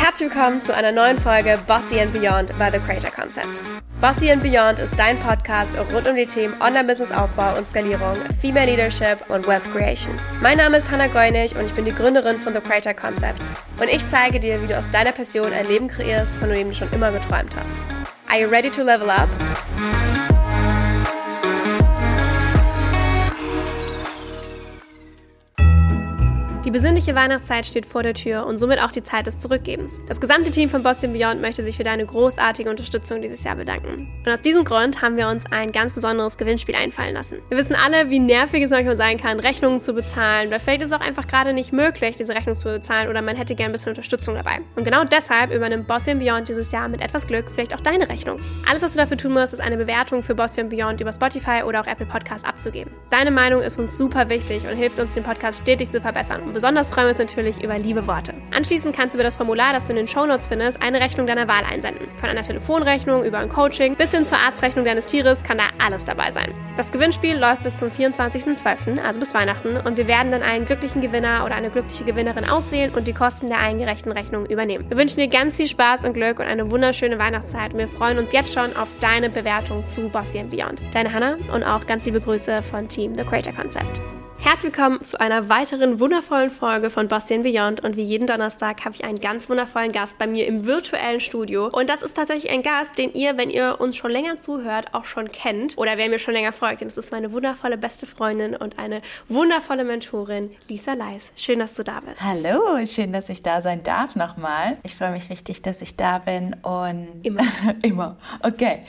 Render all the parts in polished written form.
Herzlich willkommen zu einer neuen Folge Bossy and Beyond by The Creator Concept. Bossy and Beyond ist dein Podcast rund um die Themen Online-Business-Aufbau und Skalierung, Female Leadership und Wealth Creation. Mein Name ist Hannah Goinig und ich bin die Gründerin von The Creator Concept. Und ich zeige dir, wie du aus deiner Passion ein Leben kreierst, von dem du schon immer geträumt hast. Are you ready to level up? Die besinnliche Weihnachtszeit steht vor der Tür und somit auch die Zeit des Zurückgebens. Das gesamte Team von Bossy & Beyond möchte sich für deine großartige Unterstützung dieses Jahr bedanken. Und aus diesem Grund haben wir uns ein ganz besonderes Gewinnspiel einfallen lassen. Wir wissen alle, wie nervig es manchmal sein kann, Rechnungen zu bezahlen, oder vielleicht ist es auch einfach gerade nicht möglich, diese Rechnung zu bezahlen, oder man hätte gerne ein bisschen Unterstützung dabei. Und genau deshalb übernimmt Bossy & Beyond dieses Jahr mit etwas Glück vielleicht auch deine Rechnung. Alles, was du dafür tun musst, ist eine Bewertung für Bossy & Beyond über Spotify oder auch Apple Podcasts abzugeben. Deine Meinung ist uns super wichtig und hilft uns, den Podcast stetig zu verbessern. Und besonders freuen wir uns natürlich über liebe Worte. Anschließend kannst du über das Formular, das du in den Shownotes findest, eine Rechnung deiner Wahl einsenden. Von einer Telefonrechnung über ein Coaching bis hin zur Arztrechnung deines Tieres kann da alles dabei sein. Das Gewinnspiel läuft bis zum 24.12., also bis Weihnachten, und wir werden dann einen glücklichen Gewinner oder eine glückliche Gewinnerin auswählen und die Kosten der eingereichten Rechnung übernehmen. Wir wünschen dir ganz viel Spaß und Glück und eine wunderschöne Weihnachtszeit und wir freuen uns jetzt schon auf deine Bewertung zu Bossy & Beyond. Deine Hannah und auch ganz liebe Grüße von Team The Creator Concept. Herzlich willkommen zu einer weiteren wundervollen Folge von Bossy & Beyond und wie jeden Donnerstag habe ich einen ganz wundervollen Gast bei mir im virtuellen Studio und das ist tatsächlich ein Gast, den ihr, wenn ihr uns schon länger zuhört, auch schon kennt oder wer mir schon länger folgt, denn das ist meine wundervolle beste Freundin und eine wundervolle Mentorin, Lisa Leis. Schön, dass du da bist. Hallo, schön, dass ich da sein darf nochmal. Ich freue mich richtig, dass ich da bin und... Immer, okay.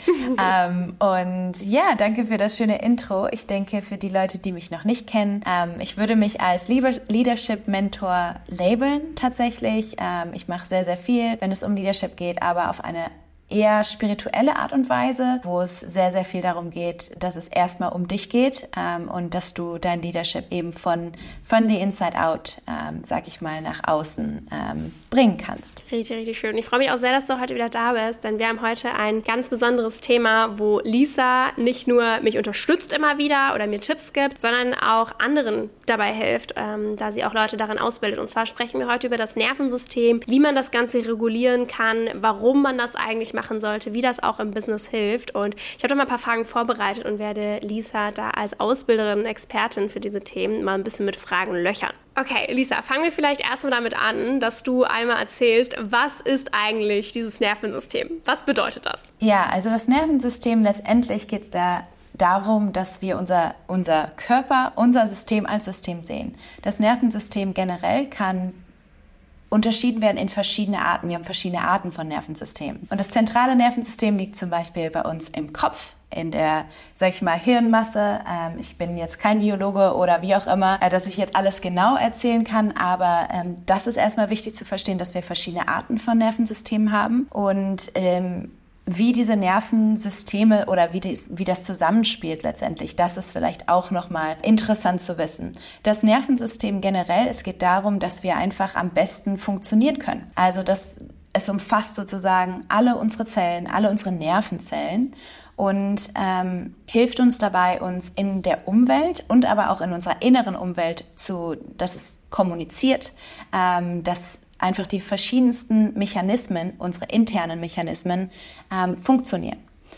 Und ja, danke für das schöne Intro. Ich denke, für die Leute, die mich noch nicht kennen, ich würde mich als Leadership-Mentor labeln tatsächlich. Ich mache sehr, sehr viel, wenn es um Leadership geht, aber auf eine eher spirituelle Art und Weise, wo es sehr, sehr viel darum geht, dass es erstmal um dich geht und dass du dein Leadership eben von the inside out, sag ich mal, nach außen bringen kannst. Richtig, richtig schön. Ich freue mich auch sehr, dass du heute wieder da bist, denn wir haben heute ein ganz besonderes Thema, wo Lisa nicht nur mich unterstützt immer wieder oder mir Tipps gibt, sondern auch anderen dabei hilft, da sie auch Leute darin ausbildet. Und zwar sprechen wir heute über das Nervensystem, wie man das Ganze regulieren kann, warum man das eigentlich machen sollte, wie das auch im Business hilft. Und ich habe da mal ein paar Fragen vorbereitet und werde Lisa da als Ausbilderin, Expertin für diese Themen mal ein bisschen mit Fragen löchern. Okay, Lisa, fangen wir vielleicht erstmal damit an, dass du einmal erzählst, was ist eigentlich dieses Nervensystem? Was bedeutet das? Ja, also das Nervensystem, letztendlich geht es darum, dass wir unser Körper, unser System als System sehen. Das Nervensystem generell kann unterschieden werden in verschiedene Arten. Wir haben verschiedene Arten von Nervensystemen. Und das zentrale Nervensystem liegt zum Beispiel bei uns im Kopf, in der, sag ich mal, Hirnmasse. Ich bin jetzt kein Biologe oder wie auch immer, dass ich jetzt alles genau erzählen kann, aber das ist erstmal wichtig zu verstehen, dass wir verschiedene Arten von Nervensystemen haben und wie diese Nervensysteme oder wie das zusammenspielt letztendlich, das ist vielleicht auch nochmal interessant zu wissen. Das Nervensystem generell, es geht darum, dass wir einfach am besten funktionieren können. Also es umfasst sozusagen alle unsere Zellen, alle unsere Nervenzellen und hilft uns dabei, uns in der Umwelt und aber auch in unserer inneren Umwelt dass es kommuniziert, dass einfach die verschiedensten Mechanismen, unsere internen Mechanismen, funktionieren.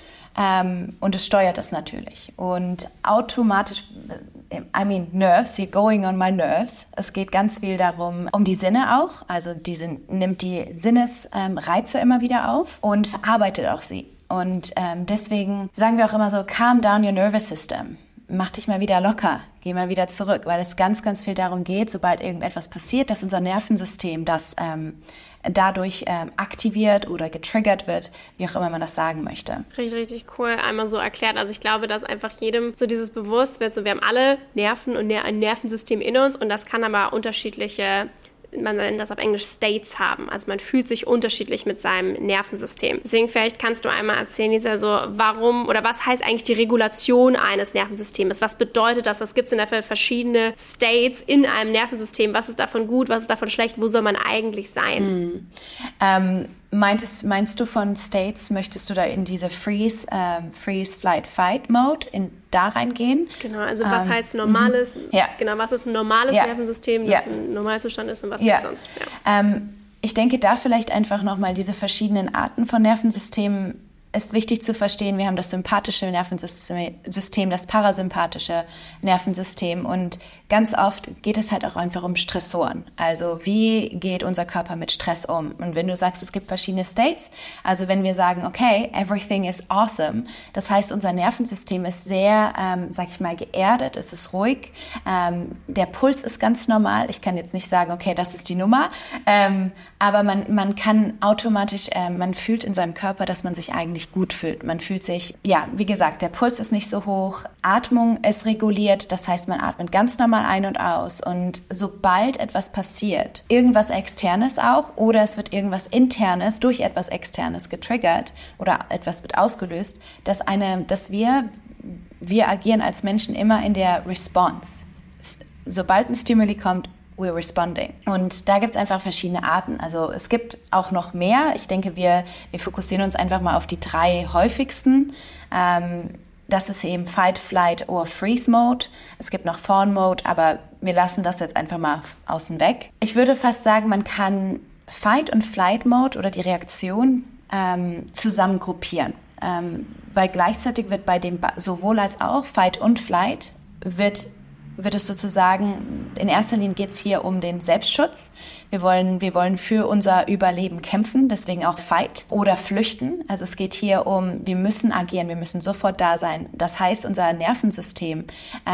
Und es steuert das natürlich. Und automatisch, nerves, you're going on my nerves. Es geht ganz viel darum, um die Sinne auch. Also nimmt die Sinnesreize immer wieder auf und verarbeitet auch sie. Und deswegen sagen wir auch immer so, calm down your nervous system. Mach dich mal wieder locker, geh mal wieder zurück, weil es ganz, ganz viel darum geht, sobald irgendetwas passiert, dass unser Nervensystem das dadurch aktiviert oder getriggert wird, wie auch immer man das sagen möchte. Richtig, richtig cool, einmal so erklärt. Also ich glaube, dass einfach jedem so dieses bewusst wird, so wir haben alle Nerven und ein Nervensystem in uns und das kann aber unterschiedliche, man nennt das auf Englisch States haben. Also man fühlt sich unterschiedlich mit seinem Nervensystem. Deswegen vielleicht kannst du einmal erzählen, Lisa, so warum oder was heißt eigentlich die Regulation eines Nervensystems? Was bedeutet das? Was gibt es denn da für verschiedene States in einem Nervensystem? Was ist davon gut? Was ist davon schlecht? Wo soll man eigentlich sein? Meinst du von States, möchtest du da in diese Freeze, Flight, Fight Mode da reingehen? Genau, also was heißt normales, genau, was ist ein normales Nervensystem, das ein Normalzustand ist und was gibt sonst? Ja. ich denke, da vielleicht einfach nochmal diese verschiedenen Arten von Nervensystemen ist wichtig zu verstehen. Wir haben das sympathische Nervensystem, das parasympathische Nervensystem und ganz oft geht es halt auch einfach um Stressoren. Also wie geht unser Körper mit Stress um? Und wenn du sagst, es gibt verschiedene States, also wenn wir sagen, okay, everything is awesome, das heißt, unser Nervensystem ist sehr, sag ich mal, geerdet, es ist ruhig, der Puls ist ganz normal. Ich kann jetzt nicht sagen, okay, das ist die Nummer, aber man kann automatisch, man fühlt in seinem Körper, dass man sich eigentlich gut fühlt. Man fühlt sich, ja, wie gesagt, der Puls ist nicht so hoch, Atmung ist reguliert, das heißt, man atmet ganz normal ein und aus und sobald etwas passiert, irgendwas Externes auch oder es wird irgendwas Internes durch etwas Externes getriggert oder etwas wird ausgelöst, dass wir agieren als Menschen immer in der Response. Sobald ein Stimuli kommt, we're responding. Und da gibt es einfach verschiedene Arten. Also es gibt auch noch mehr. Ich denke, wir fokussieren uns einfach mal auf die 3 häufigsten. Das ist eben Fight, Flight oder Freeze Mode. Es gibt noch Fawn Mode, aber wir lassen das jetzt einfach mal außen weg. Ich würde fast sagen, man kann Fight und Flight Mode oder die Reaktion zusammen gruppieren. Weil gleichzeitig wird bei dem sowohl als auch Fight und Flight wird es sozusagen, in erster Linie geht es hier um den Selbstschutz. Wir wollen für unser Überleben kämpfen, deswegen auch Fight oder flüchten. Also es geht hier um, wir müssen agieren, wir müssen sofort da sein. Das heißt, unser Nervensystem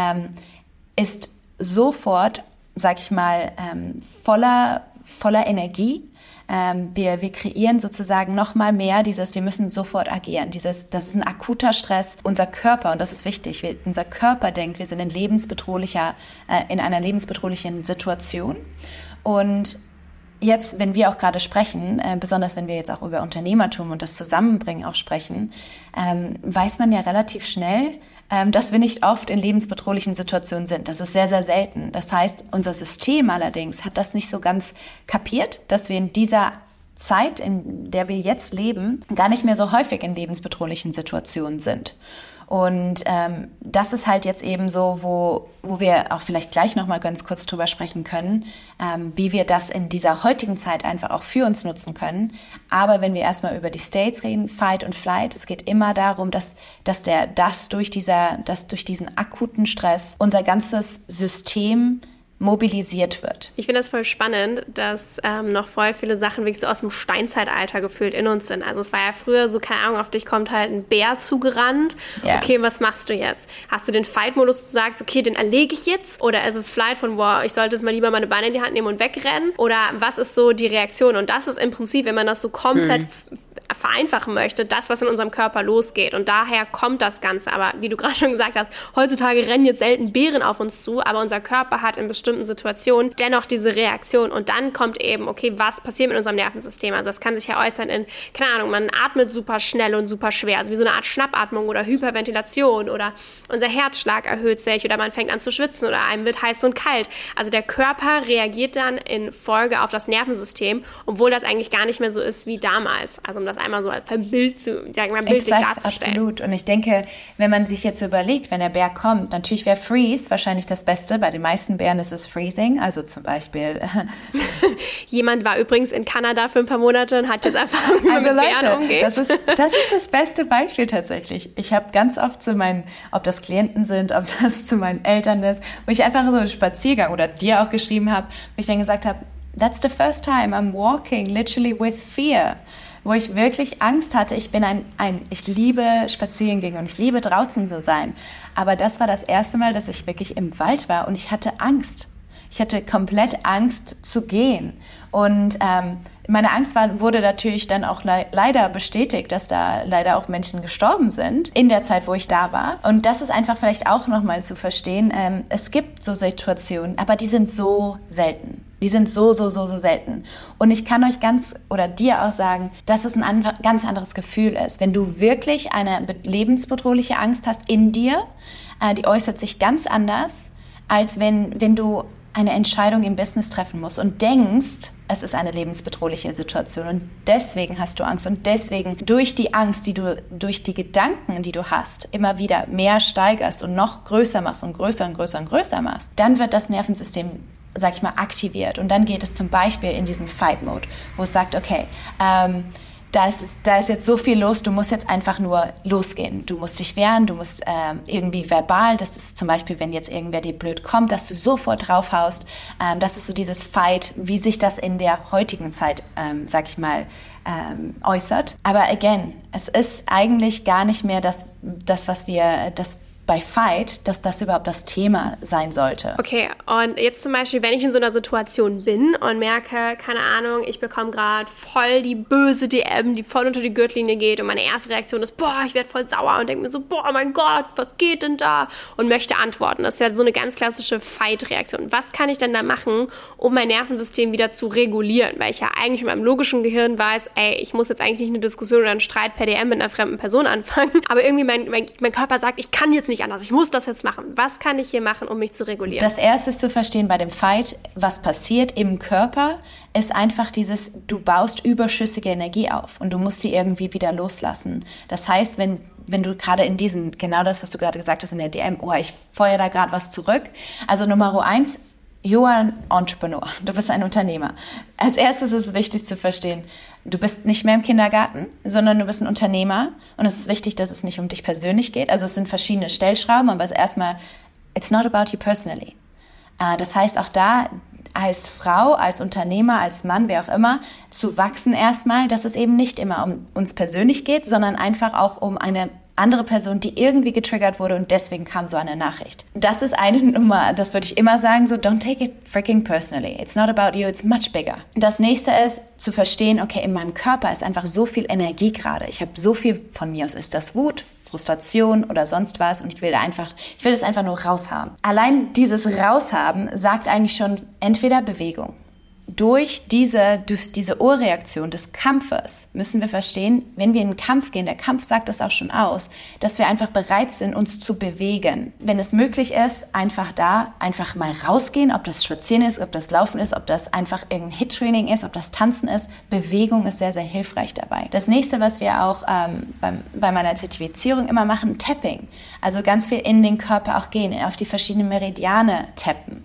ist sofort, sag ich mal, voller Energie. Wir kreieren sozusagen noch mal mehr wir müssen sofort agieren. Das ist ein akuter Stress. Unser Körper, und das ist wichtig, unser Körper denkt, wir sind in einer lebensbedrohlichen Situation. Und jetzt, wenn wir auch gerade sprechen, besonders wenn wir jetzt auch über Unternehmertum und das Zusammenbringen auch sprechen, weiß man ja relativ schnell, dass wir nicht oft in lebensbedrohlichen Situationen sind. Das ist sehr, sehr selten. Das heißt, unser System allerdings hat das nicht so ganz kapiert, dass wir in dieser Zeit, in der wir jetzt leben, gar nicht mehr so häufig in lebensbedrohlichen Situationen sind. Und das ist halt jetzt eben so, wo wir auch vielleicht gleich nochmal ganz kurz drüber sprechen können, wie wir das in dieser heutigen Zeit einfach auch für uns nutzen können. Aber wenn wir erstmal über die States reden, Fight und Flight, es geht immer darum, dass durch diesen akuten Stress unser ganzes System mobilisiert wird. Ich finde das voll spannend, dass noch voll viele Sachen wirklich so aus dem Steinzeitalter gefühlt in uns sind. Also es war ja früher so, keine Ahnung, auf dich kommt halt ein Bär zugerannt. Yeah. Okay, was machst du jetzt? Hast du den Fight-Modus, du sagst, okay, den erlege ich jetzt? Oder ist es Flight von, boah, ich sollte jetzt mal lieber meine Beine in die Hand nehmen und wegrennen? Oder was ist so die Reaktion? Und das ist im Prinzip, wenn man das so komplett vereinfachen möchte, das, was in unserem Körper losgeht. Und daher kommt das Ganze. Aber wie du gerade schon gesagt hast, heutzutage rennen jetzt selten Bären auf uns zu, aber unser Körper hat in bestimmten Situationen dennoch diese Reaktion. Und dann kommt eben, okay, was passiert mit unserem Nervensystem? Also das kann sich ja äußern in, keine Ahnung, man atmet super schnell und super schwer, also wie so eine Art Schnappatmung oder Hyperventilation oder unser Herzschlag erhöht sich oder man fängt an zu schwitzen oder einem wird heiß und kalt. Also der Körper reagiert dann in Folge auf das Nervensystem, obwohl das eigentlich gar nicht mehr so ist wie damals. Also um das einmal so bildlich darzustellen. Absolut. Und ich denke, wenn man sich jetzt überlegt, wenn der Bär kommt, natürlich wäre Freeze wahrscheinlich das Beste. Bei den meisten Bären ist es Freezing, also zum Beispiel. Jemand war übrigens in Kanada für ein paar Monate und hat jetzt Erfahrung mit Bären umgeht. Das ist das beste Beispiel tatsächlich. Ich habe ganz oft ob das Klienten sind, ob das zu meinen Eltern ist, wo ich einfach so einen Spaziergang oder dir auch geschrieben habe, wo ich dann gesagt habe, that's the first time I'm walking literally with fear. Wo ich wirklich Angst hatte. Ich liebe Spazierengänge und ich liebe draußen zu sein. Aber das war das erste Mal, dass ich wirklich im Wald war und ich hatte Angst. Ich hatte komplett Angst zu gehen. Und meine Angst wurde natürlich dann auch leider bestätigt, dass da leider auch Menschen gestorben sind in der Zeit, wo ich da war. Und das ist einfach vielleicht auch nochmal zu verstehen. Es gibt so Situationen, aber die sind so selten. Die sind so selten. Und ich kann euch dir auch sagen, dass es ein ganz anderes Gefühl ist. Wenn du wirklich eine lebensbedrohliche Angst hast in dir, die äußert sich ganz anders, als wenn du eine Entscheidung im Business treffen musst und denkst, es ist eine lebensbedrohliche Situation und deswegen hast du Angst und deswegen durch die Angst, durch die Gedanken, die du hast, immer wieder mehr steigerst und noch größer machst und größer und größer und größer machst, dann wird das Nervensystem sag ich mal, aktiviert. Und dann geht es zum Beispiel in diesen Fight-Mode, wo es sagt, okay, da ist jetzt so viel los, du musst jetzt einfach nur losgehen. Du musst dich wehren, du musst irgendwie verbal, das ist zum Beispiel, wenn jetzt irgendwer dir blöd kommt, dass du sofort draufhaust. Das ist so dieses Fight, wie sich das in der heutigen Zeit, sag ich mal, äußert. Aber again, es ist eigentlich gar nicht mehr das bei Fight, dass das überhaupt das Thema sein sollte. Okay, und jetzt zum Beispiel, wenn ich in so einer Situation bin und merke, keine Ahnung, ich bekomme gerade voll die böse DM, die voll unter die Gürtellinie geht und meine erste Reaktion ist, boah, ich werde voll sauer und denke mir so, boah, mein Gott, was geht denn da? Und möchte antworten. Das ist ja so eine ganz klassische Fight-Reaktion. Was kann ich denn da machen, um mein Nervensystem wieder zu regulieren? Weil ich ja eigentlich in meinem logischen Gehirn weiß, ey, ich muss jetzt eigentlich nicht eine Diskussion oder einen Streit per DM mit einer fremden Person anfangen, aber irgendwie mein Körper sagt, ich kann jetzt nicht anders. Ich muss das jetzt machen. Was kann ich hier machen, um mich zu regulieren? Das Erste ist zu verstehen bei dem Fight, was passiert im Körper, ist einfach dieses, du baust überschüssige Energie auf und du musst sie irgendwie wieder loslassen. Das heißt, wenn du gerade in diesen, genau das, was du gerade gesagt hast in der DM, oh, ich feuere da gerade was zurück. Also Nummer 1, you are an entrepreneur. Du bist ein Unternehmer. Als erstes ist es wichtig zu verstehen, du bist nicht mehr im Kindergarten, sondern du bist ein Unternehmer. Und es ist wichtig, dass es nicht um dich persönlich geht. Also es sind verschiedene Stellschrauben, aber es ist erstmal, it's not about you personally. Das heißt auch da, als Frau, als Unternehmer, als Mann, wer auch immer, zu wachsen erstmal, dass es eben nicht immer um uns persönlich geht, sondern einfach auch um eine andere Person, die irgendwie getriggert wurde und deswegen kam so eine Nachricht. Das ist eine Nummer, das würde ich immer sagen, so don't take it freaking personally. It's not about you, it's much bigger. Das nächste ist zu verstehen, okay, in meinem Körper ist einfach so viel Energie gerade. Ich habe so viel, von mir aus ist das Wut, Frustration oder sonst was und ich will das einfach nur raushaben. Allein dieses Raushaben sagt eigentlich schon entweder Bewegung. Durch diese Urreaktion des Kampfes müssen wir verstehen, wenn wir in den Kampf gehen, der Kampf sagt das auch schon aus, dass wir einfach bereit sind, uns zu bewegen. Wenn es möglich ist, einfach mal rausgehen, ob das Spazieren ist, ob das Laufen ist, ob das einfach irgendein Hit-Training ist, ob das Tanzen ist. Bewegung ist sehr, sehr hilfreich dabei. Das nächste, was wir auch bei meiner Zertifizierung immer machen, Tapping. Also ganz viel in den Körper auch gehen, auf die verschiedenen Meridiane tappen.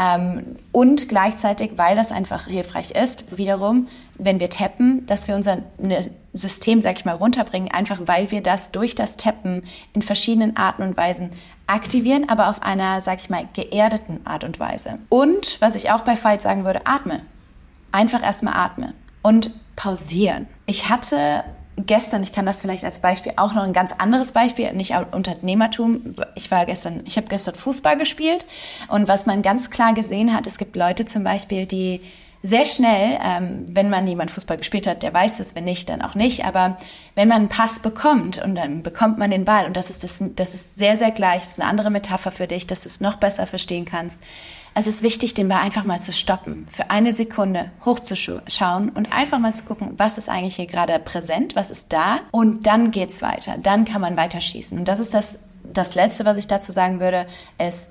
Und gleichzeitig, weil das einfach hilfreich ist, wiederum, wenn wir tappen, dass wir unser System, sag ich mal, runterbringen, einfach weil wir das durch das Tappen in verschiedenen Arten und Weisen aktivieren, aber auf einer, sag ich mal, geerdeten Art und Weise. Und, was ich auch bei Fight sagen würde, atme. Einfach erstmal atme und pausieren. Ich hatte gestern, ich kann das vielleicht als Beispiel, auch noch ein ganz anderes Beispiel, nicht Unternehmertum. Ich habe gestern Fußball gespielt und was man ganz klar gesehen hat, es gibt Leute zum Beispiel, die sehr schnell, wenn man jemand Fußball gespielt hat, der weiß es, wenn nicht, dann auch nicht, aber wenn man einen Pass bekommt und dann bekommt man den Ball und das ist sehr, sehr gleich, das ist eine andere Metapher für dich, dass du es noch besser verstehen kannst. Es ist wichtig, den Ball einfach mal zu stoppen, für eine Sekunde hochzuschauen und einfach mal zu gucken, was ist eigentlich hier gerade präsent, was ist da und dann geht's weiter, dann kann man weiter schießen. Und das ist das Letzte, was ich dazu sagen würde, ist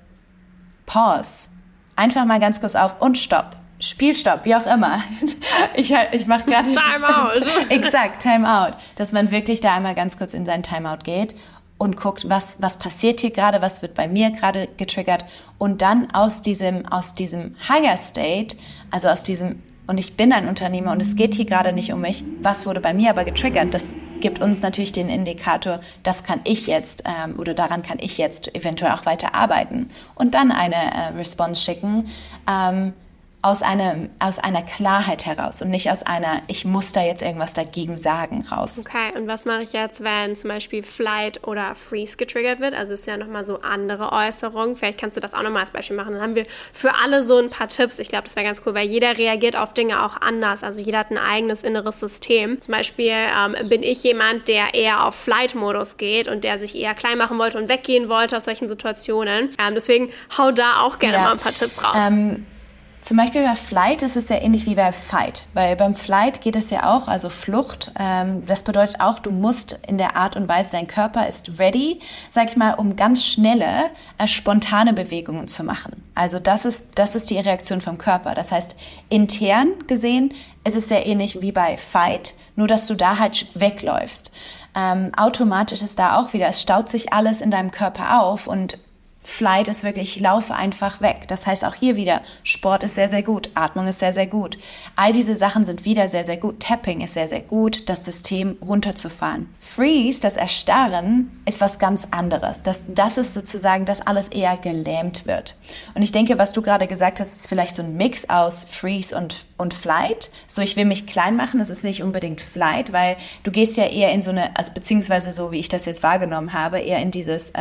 Pause. Einfach mal ganz kurz auf und Stopp. Spielstopp, wie auch immer. Ich mache gerade Timeout. Exakt, Timeout. Dass man wirklich da einmal ganz kurz in seinen Timeout geht und guckt, was passiert hier gerade, was wird bei mir gerade getriggert und dann aus diesem Higher State, also aus diesem und ich bin ein Unternehmer und es geht hier gerade nicht um mich, was wurde bei mir aber getriggert, das gibt uns natürlich den Indikator, das kann ich jetzt oder daran kann ich jetzt eventuell auch weiter arbeiten und dann eine Response schicken, aus einer Klarheit heraus und nicht aus einer, ich muss da jetzt irgendwas dagegen sagen, raus. Okay, und was mache ich jetzt, wenn zum Beispiel Flight oder Freeze getriggert wird? Also es ist ja nochmal so andere Äußerungen. Vielleicht kannst du das auch nochmal als Beispiel machen. Dann haben wir für alle so ein paar Tipps. Ich glaube, das wäre ganz cool, weil jeder reagiert auf Dinge auch anders. Also jeder hat ein eigenes inneres System. Zum Beispiel bin ich jemand, der eher auf Flight-Modus geht und der sich eher klein machen wollte und weggehen wollte aus solchen Situationen. Deswegen hau da auch gerne mal ein paar Tipps raus. Zum Beispiel bei Flight ist es ja ähnlich wie bei Fight, weil beim Flight geht es ja auch, also Flucht, das bedeutet auch, du musst in der Art und Weise, dein Körper ist ready, sag ich mal, um ganz schnelle, spontane Bewegungen zu machen. Also das ist die Reaktion vom Körper. Das heißt, intern gesehen ist es sehr ähnlich wie bei Fight, nur dass du da halt wegläufst. Automatisch ist da auch wieder, es staut sich alles in deinem Körper auf und Flight ist wirklich, ich laufe einfach weg. Das heißt auch hier wieder, Sport ist sehr, sehr gut, Atmung ist sehr, sehr gut. All diese Sachen sind wieder sehr, sehr gut. Tapping ist sehr, sehr gut, das System runterzufahren. Freeze, das Erstarren, ist was ganz anderes. Das ist sozusagen, dass alles eher gelähmt wird. Und ich denke, was du gerade gesagt hast, ist vielleicht so ein Mix aus Freeze und Flight. So, ich will mich klein machen, das ist nicht unbedingt Flight, weil du gehst ja eher in so eine, also beziehungsweise so, wie ich das jetzt wahrgenommen habe, eher in dieses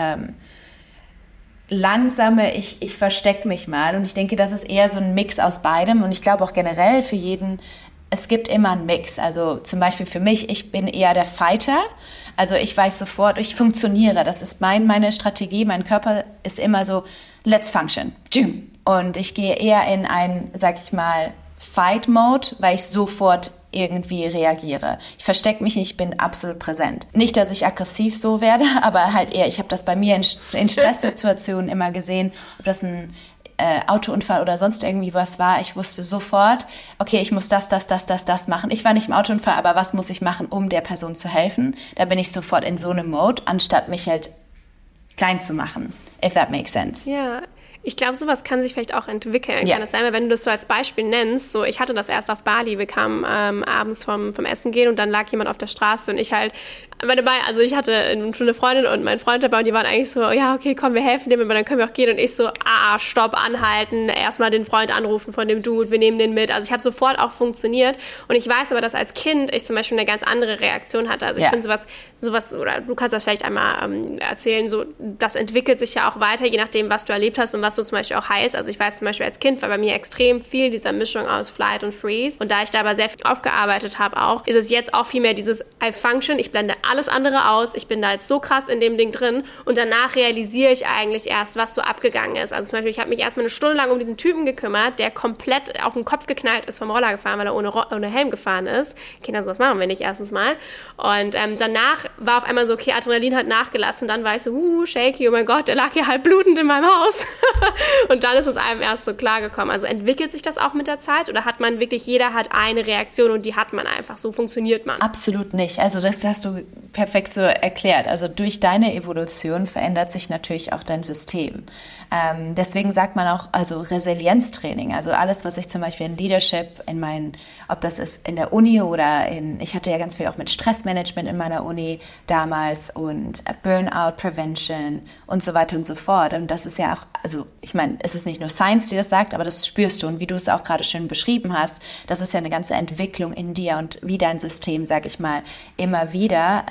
langsame, ich verstecke mich mal. Und ich denke, das ist eher so ein Mix aus beidem. Und ich glaube auch generell für jeden, es gibt immer einen Mix. Also zum Beispiel für mich, ich bin eher der Fighter. Also ich weiß sofort, ich funktioniere. Das ist meine Strategie. Mein Körper ist immer so, let's function. Und ich gehe eher in ein, sag ich mal, Fight-Mode, weil ich sofort irgendwie reagiere. Ich verstecke mich nicht, ich bin absolut präsent. Nicht, dass ich aggressiv so werde, aber halt eher, ich habe das bei mir in Stresssituationen immer gesehen, ob das ein Autounfall oder sonst irgendwie was war. Ich wusste sofort, okay, ich muss das machen. Ich war nicht im Autounfall, aber was muss ich machen, um der Person zu helfen? Da bin ich sofort in so einem Mode, anstatt mich halt klein zu machen, if that makes sense. Ja. Ich glaube, sowas kann sich vielleicht auch entwickeln. Ja. Kann es sein, weil wenn du das so als Beispiel nennst, so ich hatte das erst auf Bali, wir kamen abends vom Essen gehen und dann lag jemand auf der Straße und ich halt dabei, also ich hatte schon eine Freundin und mein Freund dabei und die waren eigentlich so, ja okay, komm, wir helfen dem, aber dann können wir auch gehen und ich so, stopp, anhalten, erstmal den Freund anrufen von dem Dude, wir nehmen den mit. Also ich habe sofort auch funktioniert und ich weiß aber, dass als Kind ich zum Beispiel eine ganz andere Reaktion hatte. Also ich finde sowas, oder du kannst das vielleicht einmal erzählen, so das entwickelt sich ja auch weiter, je nachdem, was du erlebt hast und was du zum Beispiel auch heilst. Also ich weiß zum Beispiel als Kind war bei mir extrem viel dieser Mischung aus Flight und Freeze. Und da ich da aber sehr viel aufgearbeitet habe auch, ist es jetzt auch viel mehr dieses I function, ich blende alles andere aus, ich bin da jetzt so krass in dem Ding drin und danach realisiere ich eigentlich erst, was so abgegangen ist. Also zum Beispiel, ich habe mich erstmal eine Stunde lang um diesen Typen gekümmert, der komplett auf den Kopf geknallt ist vom Roller gefahren, weil er ohne Helm gefahren ist. Kinder, sowas machen wir nicht erstens mal. Und danach war auf einmal so, okay, Adrenalin hat nachgelassen. Dann war ich so, shaky, oh mein Gott, der lag hier halb blutend in meinem Haus. Und dann ist es einem erst so klar gekommen. Also entwickelt sich das auch mit der Zeit oder hat man wirklich, jeder hat eine Reaktion und die hat man einfach, so funktioniert man? Absolut nicht. Also das hast du perfekt so erklärt. Also durch deine Evolution verändert sich natürlich auch dein System. Deswegen sagt man auch, also Resilienztraining, also alles, was ich zum Beispiel in Leadership, ob das ist in der Uni oder ich hatte ja ganz viel auch mit Stressmanagement in meiner Uni damals und Burnout Prevention und so weiter und so fort. Und das ist ja auch, also ich meine, es ist nicht nur Science, die das sagt, aber das spürst du und wie du es auch gerade schön beschrieben hast, das ist ja eine ganze Entwicklung in dir und wie dein System, sag ich mal, immer wieder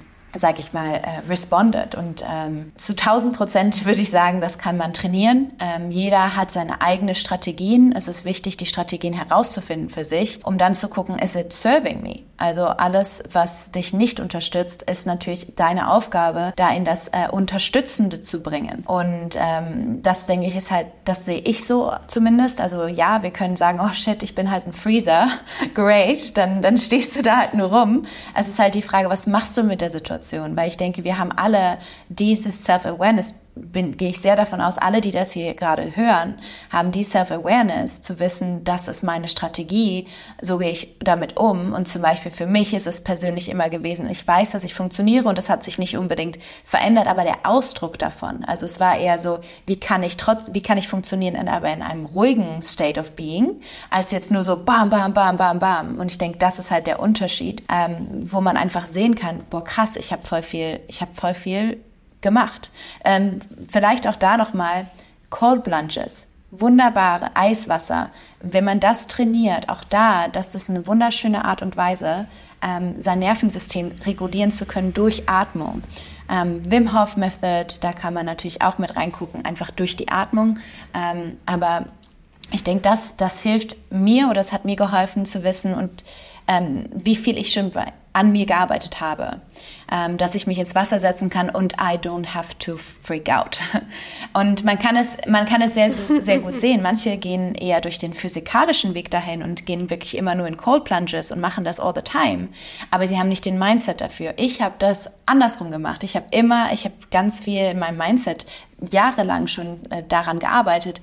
respondet. Und zu 1000% würde ich sagen, das kann man trainieren. Jeder hat seine eigenen Strategien. Es ist wichtig, die Strategien herauszufinden für sich, um dann zu gucken, is it serving me? Also alles, was dich nicht unterstützt, ist natürlich deine Aufgabe, da in das Unterstützende zu bringen. Und das, denke ich, ist halt, das sehe ich so zumindest. Also ja, wir können sagen, oh shit, ich bin halt ein Freezer. Great, dann stehst du da halt nur rum. Es ist halt die Frage, was machst du mit der Situation? Weil ich denke, wir haben alle dieses Self-Awareness, gehe ich sehr davon aus, alle, die das hier gerade hören, haben die Self-Awareness zu wissen, das ist meine Strategie, so gehe ich damit um. Und zum Beispiel für mich ist es persönlich immer gewesen, ich weiß, dass ich funktioniere und das hat sich nicht unbedingt verändert, aber der Ausdruck davon, also es war eher so, wie kann ich funktionieren, aber in einem ruhigen State of Being, als jetzt nur so bam, bam, bam, bam, bam. Und ich denke, das ist halt der Unterschied, wo man einfach sehen kann, boah krass, ich habe voll viel gemacht. Vielleicht auch da nochmal Cold Plunges, wunderbare Eiswasser. Wenn man das trainiert, auch da, das ist eine wunderschöne Art und Weise, sein Nervensystem regulieren zu können durch Atmung. Wim Hof Method, da kann man natürlich auch mit reingucken, einfach durch die Atmung. Aber ich denke, das hilft mir oder es hat mir geholfen zu wissen und wie viel ich schon an mir gearbeitet habe, dass ich mich ins Wasser setzen kann und I don't have to freak out. Und man kann es sehr, sehr gut sehen. Manche gehen eher durch den physikalischen Weg dahin und gehen wirklich immer nur in Cold Plunges und machen das all the time. Aber sie haben nicht den Mindset dafür. Ich habe das andersrum gemacht. Ich habe ganz viel in meinem Mindset jahrelang schon daran gearbeitet,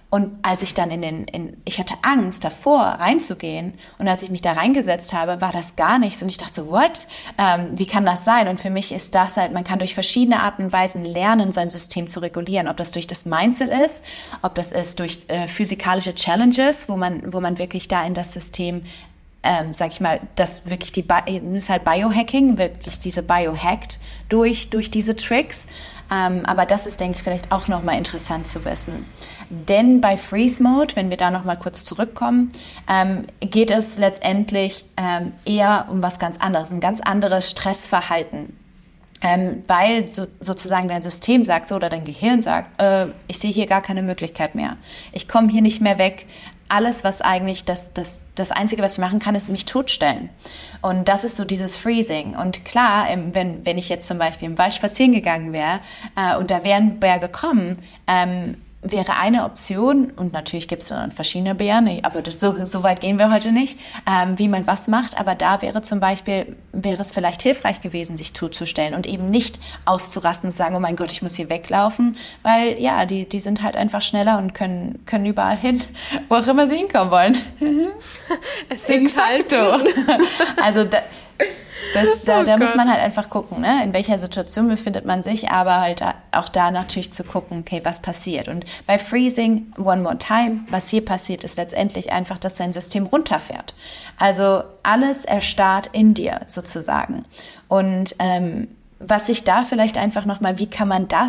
Und als ich dann ich hatte Angst davor reinzugehen und als ich mich da reingesetzt habe, war das gar nichts und ich dachte so, what? Wie kann das sein? Und für mich ist das halt, man kann durch verschiedene Arten und Weisen lernen, sein System zu regulieren. Ob das durch das Mindset ist, ob das ist durch physikalische Challenges, wo man wirklich da in das System sag ich mal, das wirklich das ist halt Biohacking, wirklich diese Biohackt durch diese Tricks. Aber das ist, denke ich, vielleicht auch nochmal interessant zu wissen. Denn bei Freeze Mode, wenn wir da nochmal kurz zurückkommen, geht es letztendlich eher um was ganz anderes, ein ganz anderes Stressverhalten. Weil sozusagen dein System sagt so, oder dein Gehirn sagt, ich sehe hier gar keine Möglichkeit mehr. Ich komme hier nicht mehr weg. Alles, was eigentlich das Einzige, was ich machen kann, ist mich totstellen. Und das ist so dieses Freezing. Und klar, wenn ich jetzt zum Beispiel im Wald spazieren gegangen wäre und da wären Bär gekommen, wäre eine Option, und natürlich gibt es dann verschiedene Bären, aber so weit gehen wir heute nicht, wie man was macht, aber da wäre es vielleicht hilfreich gewesen, sich totzustellen und eben nicht auszurasten und zu sagen, oh mein Gott, ich muss hier weglaufen, weil ja, die sind halt einfach schneller und können überall hin, wo auch immer sie hinkommen wollen. Es sind halt also da muss man halt einfach gucken, ne? In welcher Situation befindet man sich, aber halt auch da natürlich zu gucken, okay, was passiert. Und bei Freezing, one more time, was hier passiert, ist letztendlich einfach, dass dein System runterfährt. Also alles erstarrt in dir sozusagen. Und was ich da vielleicht einfach nochmal, wie kann man da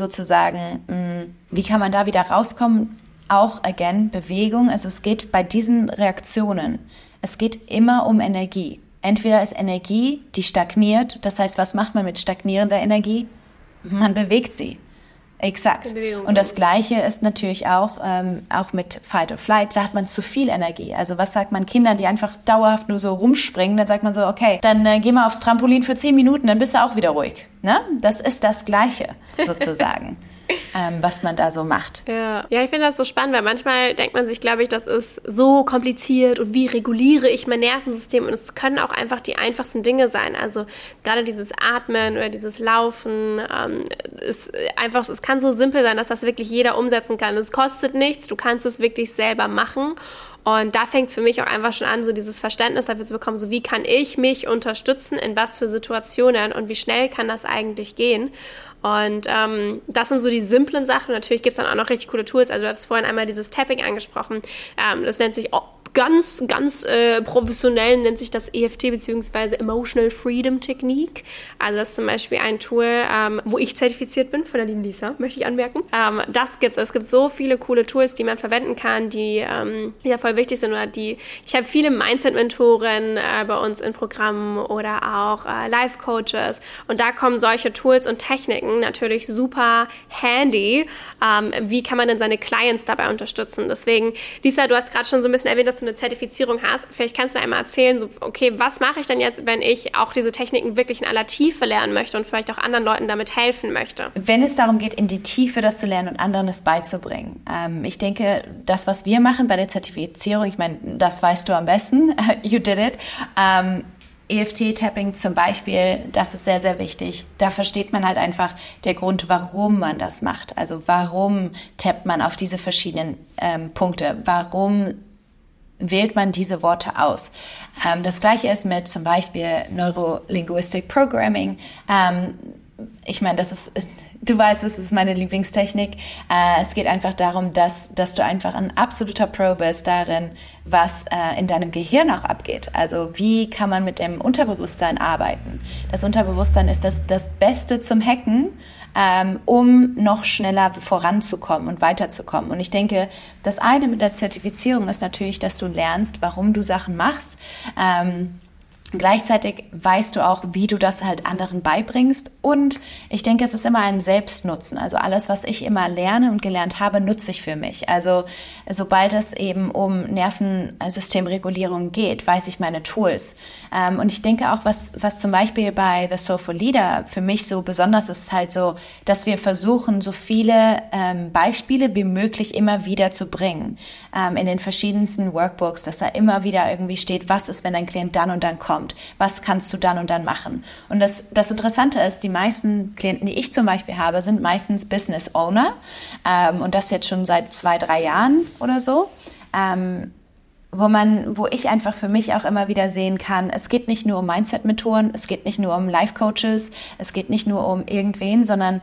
wieder rauskommen? Auch, again, Bewegung. Also es geht bei diesen Reaktionen, es geht immer um Energie. Entweder ist Energie, die stagniert. Das heißt, was macht man mit stagnierender Energie? Man bewegt sie. Exakt. Und das Gleiche ist natürlich auch mit Fight or Flight. Da hat man zu viel Energie. Also was sagt man Kindern, die einfach dauerhaft nur so rumspringen? Dann sagt man so, okay, dann geh mal aufs Trampolin für 10 Minuten, dann bist du auch wieder ruhig. Ne? Das ist das Gleiche sozusagen. Was man da so macht. Ja, ich finde das so spannend, weil manchmal denkt man sich, glaube ich, das ist so kompliziert und wie reguliere ich mein Nervensystem, und es können auch einfach die einfachsten Dinge sein. Also gerade dieses Atmen oder dieses Laufen ist einfach, es kann so simpel sein, dass das wirklich jeder umsetzen kann. Es kostet nichts, du kannst es wirklich selber machen. Und da fängt es für mich auch einfach schon an, so dieses Verständnis dafür zu bekommen, so wie kann ich mich unterstützen, in was für Situationen und wie schnell kann das eigentlich gehen. Und das sind so die simplen Sachen. Natürlich gibt es dann auch noch richtig coole Tools. Also du hattest vorhin einmal dieses Tapping angesprochen. Das nennt sich ganz professionell, nennt sich das EFT bzw. Emotional Freedom Technique. Also das ist zum Beispiel ein Tool, wo ich zertifiziert bin von der lieben Lisa, möchte ich anmerken. Das gibt's. Es gibt so viele coole Tools, die man verwenden kann, die ja voll wichtig sind. Ich habe viele Mindset-Mentoren bei uns in Programmen oder auch Life-Coaches. Und da kommen solche Tools und Techniken natürlich super handy. Wie kann man denn seine Clients dabei unterstützen? Deswegen, Lisa, du hast gerade schon so ein bisschen erwähnt, dass du eine Zertifizierung hast. Vielleicht kannst du einmal erzählen, so, okay, was mache ich denn jetzt, wenn ich auch diese Techniken wirklich in aller Tiefe lernen möchte und vielleicht auch anderen Leuten damit helfen möchte? Wenn es darum geht, in die Tiefe das zu lernen und anderen es beizubringen. Ich denke, das, was wir machen bei der Zertifizierung, ich meine, das weißt du am besten, you did it, EFT-Tapping zum Beispiel, das ist sehr, sehr wichtig. Da versteht man halt einfach der Grund, warum man das macht. Also warum tappt man auf diese verschiedenen Punkte? Warum wählt man diese Worte aus? Das Gleiche ist mit zum Beispiel Neurolinguistic Programming. Ich meine, du weißt, das ist meine Lieblingstechnik. Es geht einfach darum, dass du einfach ein absoluter Pro bist darin, was in deinem Gehirn auch abgeht. Also wie kann man mit dem Unterbewusstsein arbeiten? Das Unterbewusstsein ist das Beste zum Hacken, um noch schneller voranzukommen und weiterzukommen. Und ich denke, das eine mit der Zertifizierung ist natürlich, dass du lernst, warum du Sachen machst. Gleichzeitig weißt du auch, wie du das halt anderen beibringst, und ich denke, es ist immer ein Selbstnutzen. Also alles, was ich immer lerne und gelernt habe, nutze ich für mich. Also sobald es eben um Nervensystemregulierung geht, weiß ich meine Tools. Und ich denke auch, was zum Beispiel bei The Soulful Leader für mich so besonders ist, halt so, dass wir versuchen, so viele Beispiele wie möglich immer wieder zu bringen. In den verschiedensten Workbooks, dass da immer wieder irgendwie steht, was ist, wenn dein Klient dann und dann kommt. kommt, was kannst du dann und dann machen? Und das Interessante ist, die meisten Klienten, die ich zum Beispiel habe, sind meistens Business Owner und das jetzt schon seit 2-3 Jahren oder so. Wo ich einfach für mich auch immer wieder sehen kann, es geht nicht nur um Mindset-Methoden, es geht nicht nur um Life-Coaches, es geht nicht nur um irgendwen, sondern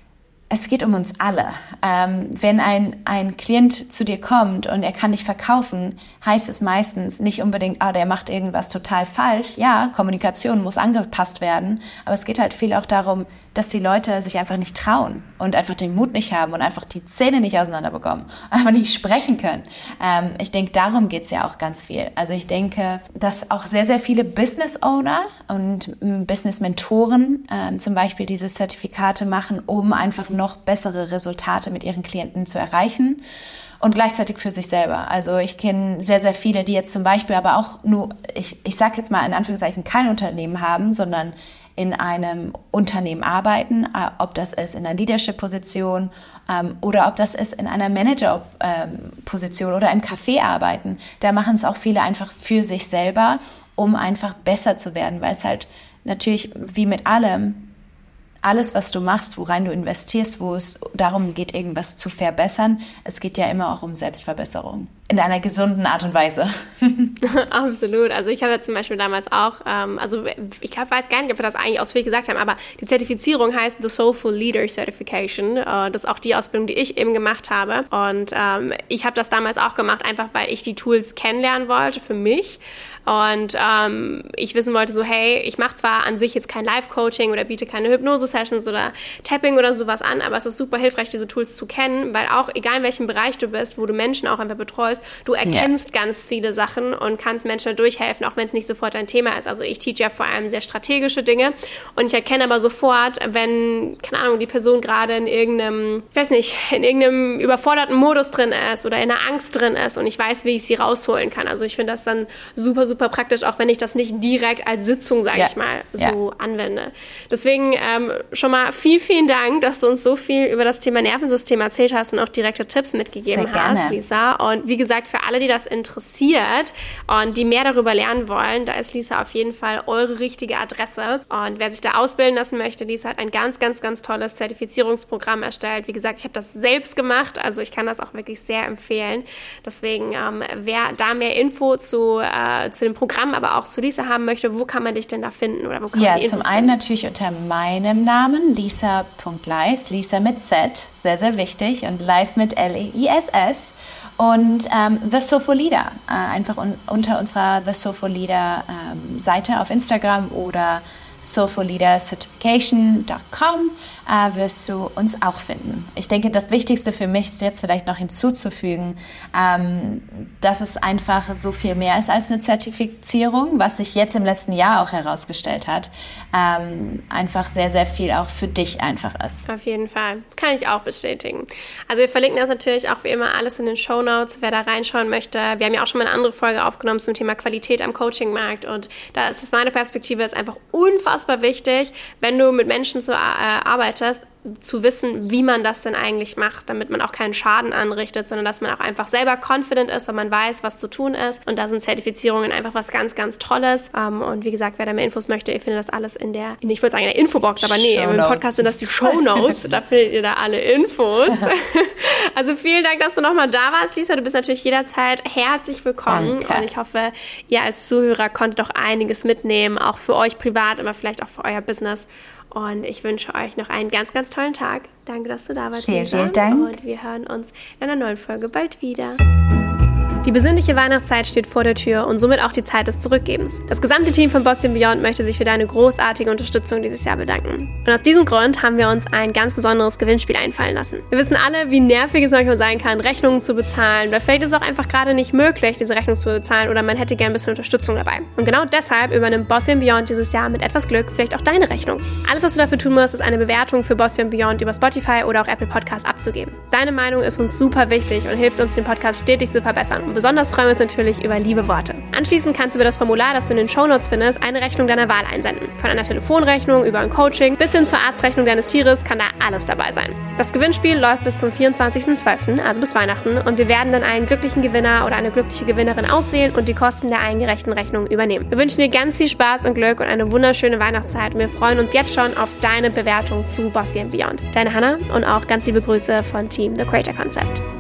es geht um uns alle. Wenn ein Klient zu dir kommt und er kann dich verkaufen, heißt es meistens nicht unbedingt, der macht irgendwas total falsch. Ja, Kommunikation muss angepasst werden, aber es geht halt viel auch darum, dass die Leute sich einfach nicht trauen und einfach den Mut nicht haben und einfach die Zähne nicht auseinanderbekommen, einfach nicht sprechen können. Ich denke, darum geht's ja auch ganz viel. Also ich denke, dass auch sehr, sehr viele Business Owner und Business Mentoren zum Beispiel diese Zertifikate machen, um einfach noch bessere Resultate mit ihren Klienten zu erreichen. Und gleichzeitig für sich selber. Also ich kenne sehr, sehr viele, die jetzt zum Beispiel aber auch nur, ich sage jetzt mal in Anführungszeichen, kein Unternehmen haben, sondern in einem Unternehmen arbeiten, ob das ist in einer Leadership-Position oder ob das ist in einer Manager-Position oder im Café arbeiten. Da machen es auch viele einfach für sich selber, um einfach besser zu werden, weil es halt natürlich wie mit allem, alles, was du machst, worein du investierst, wo es darum geht, irgendwas zu verbessern, es geht ja immer auch um Selbstverbesserung. In einer gesunden Art und Weise. Absolut. Also ich habe ja zum Beispiel damals auch, ich weiß gar nicht, ob wir das eigentlich ausführlich gesagt haben, aber die Zertifizierung heißt The Soulful Leader Certification. Das ist auch die Ausbildung, die ich eben gemacht habe. Und ich habe das damals auch gemacht, einfach weil ich die Tools kennenlernen wollte für mich. Und ich wissen wollte so, hey, ich mache zwar an sich jetzt kein Live-Coaching oder biete keine Hypnose-Sessions oder Tapping oder sowas an, aber es ist super hilfreich, diese Tools zu kennen, weil auch egal in welchem Bereich du bist, wo du Menschen auch einfach betreust, du erkennst ganz viele Sachen und kannst Menschen durchhelfen, auch wenn es nicht sofort dein Thema ist. Also ich teach ja vor allem sehr strategische Dinge und ich erkenne aber sofort, wenn, keine Ahnung, die Person gerade in irgendeinem überforderten Modus drin ist oder in einer Angst drin ist und ich weiß, wie ich sie rausholen kann. Also ich finde das dann super, super praktisch, auch wenn ich das nicht direkt als Sitzung, sage ich mal, so anwende. Deswegen schon mal vielen Dank, dass du uns so viel über das Thema Nervensystem erzählt hast und auch direkte Tipps mitgegeben hast, Lisa. Und wie gesagt, für alle, die das interessiert und die mehr darüber lernen wollen, da ist Lisa auf jeden Fall eure richtige Adresse. Und wer sich da ausbilden lassen möchte, Lisa hat ein ganz, ganz, ganz tolles Zertifizierungsprogramm erstellt. Wie gesagt, ich habe das selbst gemacht, also ich kann das auch wirklich sehr empfehlen. Deswegen, wer da mehr Info zu dem Programm, aber auch zu Lisa haben möchte, wo kann man dich denn da finden? Oder wo kann man die Infos zum einen natürlich unter meinem Namen, lisa.leis, Lisa mit Z, sehr, sehr wichtig, und Leis mit Leiss. Und The Soulful Leader, einfach unter unserer The Soulful Leader Seite auf Instagram oder soulfulleadercertification.com wirst du uns auch finden. Ich denke, das Wichtigste für mich ist jetzt vielleicht noch hinzuzufügen, dass es einfach so viel mehr ist als eine Zertifizierung, was sich jetzt im letzten Jahr auch herausgestellt hat, einfach sehr, sehr viel auch für dich einfach ist. Auf jeden Fall. Das kann ich auch bestätigen. Also wir verlinken das natürlich auch wie immer alles in den Shownotes, wer da reinschauen möchte. Wir haben ja auch schon mal eine andere Folge aufgenommen zum Thema Qualität am Coachingmarkt und da ist es meine Perspektive, ist einfach unfassbar wichtig, wenn du mit Menschen arbeitest, zu wissen, wie man das denn eigentlich macht, damit man auch keinen Schaden anrichtet, sondern dass man auch einfach selber confident ist und man weiß, was zu tun ist. Und da sind Zertifizierungen einfach was ganz, ganz Tolles. Und wie gesagt, wer da mehr Infos möchte, ihr findet das alles in der Infobox, aber nee, im Podcast sind das die Shownotes. Da findet ihr da alle Infos. Also vielen Dank, dass du nochmal da warst, Lisa. Du bist natürlich jederzeit herzlich willkommen. Danke. Und ich hoffe, ihr als Zuhörer konntet auch einiges mitnehmen, auch für euch privat, aber vielleicht auch für euer Business. Und ich wünsche euch noch einen ganz, ganz tollen Tag. Danke, dass du da warst, Lisa. Vielen Dank. Und wir hören uns in einer neuen Folge bald wieder. Die besinnliche Weihnachtszeit steht vor der Tür und somit auch die Zeit des Zurückgebens. Das gesamte Team von Boss Beyond möchte sich für deine großartige Unterstützung dieses Jahr bedanken. Und aus diesem Grund haben wir uns ein ganz besonderes Gewinnspiel einfallen lassen. Wir wissen alle, wie nervig es manchmal sein kann, Rechnungen zu bezahlen. Oder vielleicht ist es auch einfach gerade nicht möglich, diese Rechnung zu bezahlen oder man hätte gern ein bisschen Unterstützung dabei. Und genau deshalb übernimmt Boss Beyond dieses Jahr mit etwas Glück vielleicht auch deine Rechnung. Alles, was du dafür tun musst, ist eine Bewertung für Boss Beyond über Spotify oder auch Apple Podcasts abzugeben. Deine Meinung ist uns super wichtig und hilft uns, den Podcast stetig zu verbessern. Und besonders freuen wir uns natürlich über liebe Worte. Anschließend kannst du über das Formular, das du in den Shownotes findest, eine Rechnung deiner Wahl einsenden. Von einer Telefonrechnung über ein Coaching bis hin zur Arztrechnung deines Tieres kann da alles dabei sein. Das Gewinnspiel läuft bis zum 24.12., also bis Weihnachten, und wir werden dann einen glücklichen Gewinner oder eine glückliche Gewinnerin auswählen und die Kosten der eingereichten Rechnung übernehmen. Wir wünschen dir ganz viel Spaß und Glück und eine wunderschöne Weihnachtszeit und wir freuen uns jetzt schon auf deine Bewertung zu Bossy & Beyond. Deine Hannah und auch ganz liebe Grüße von Team The Creator Concept.